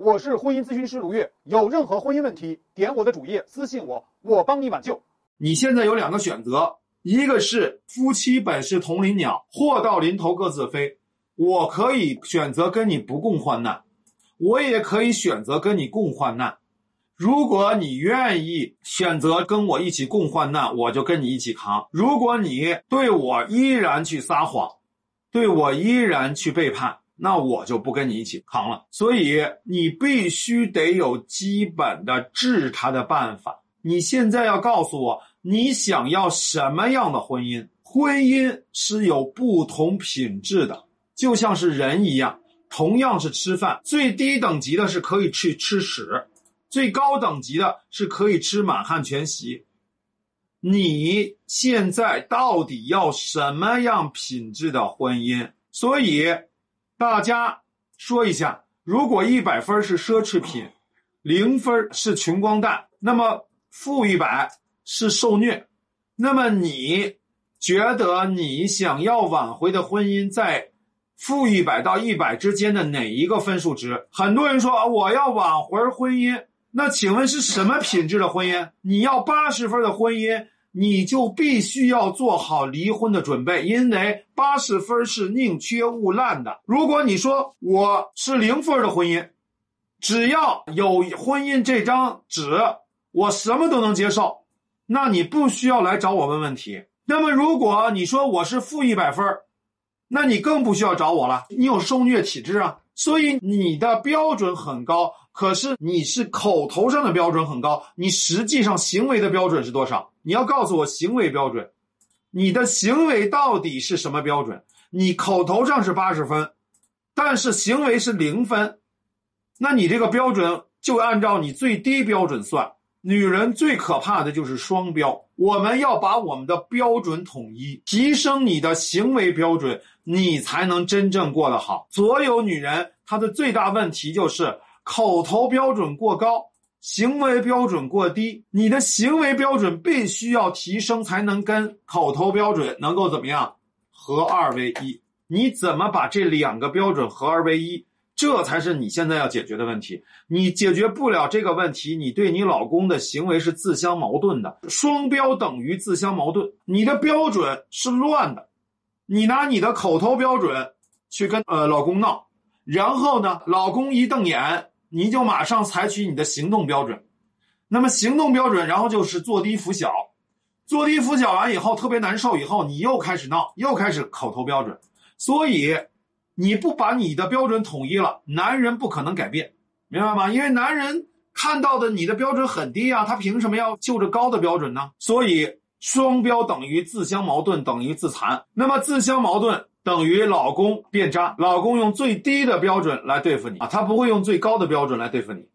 我是婚姻咨询师卢月，有任何婚姻问题，点我的主页私信我，我帮你挽救。 你现在有两个选择，一个是夫妻本是同林鸟，祸到临头各自飞。我可以选择跟你不共患难，我也可以选择跟你共患难。如果你愿意选择跟我一起共患难，我就跟你一起扛。如果你对我依然去撒谎，对我依然去背叛，那我就不跟你一起扛了。所以你必须得有基本的治他的办法。你现在要告诉我，你想要什么样的婚姻？婚姻是有不同品质的，就像是人一样，同样是吃饭，最低等级的是可以去吃屎，最高等级的是可以吃满汉全席。你现在到底要什么样品质的婚姻？所以大家说一下，如果100分是奢侈品，0分是穷光蛋，那么负100是受虐。那么你觉得你想要挽回的婚姻在负100到100之间的哪一个分数值？很多人说我要挽回婚姻，那请问是什么品质的婚姻？你要80分的婚姻，你就必须要做好离婚的准备，因为80分是宁缺毋滥的。如果你说我是0分的婚姻，只要有婚姻这张纸，我什么都能接受，那你不需要来找我问问题。那么如果你说我是负100分，那你更不需要找我了，你有受虐体质啊。所以你的标准很高，可是你是口头上的标准很高，你实际上行为的标准是多少？你要告诉我行为标准，你的行为到底是什么标准？你口头上是80分，但是行为是0分，那你这个标准就按照你最低标准算。女人最可怕的就是双标，我们要把我们的标准统一，提升你的行为标准，你才能真正过得好。所有女人她的最大问题就是口头标准过高，行为标准过低。你的行为标准必须要提升，才能跟口头标准能够怎么样合二为一。你怎么把这两个标准合二为一？这才是你现在要解决的问题。你解决不了这个问题，你对你老公的行为是自相矛盾的，双标等于自相矛盾。你的标准是乱的，你拿你的口头标准去跟老公闹，然后呢，老公一瞪眼，你就马上采取你的行动标准。那么行动标准，然后就是坐低拂晓，坐低拂晓完以后特别难受，以后你又开始闹，又开始口头标准。所以你不把你的标准统一了，男人不可能改变，明白吗？因为男人看到的你的标准很低啊，他凭什么要就着高的标准呢？所以双标等于自相矛盾，等于自残。那么自相矛盾等于老公变渣，老公用最低的标准来对付你啊，他不会用最高的标准来对付你。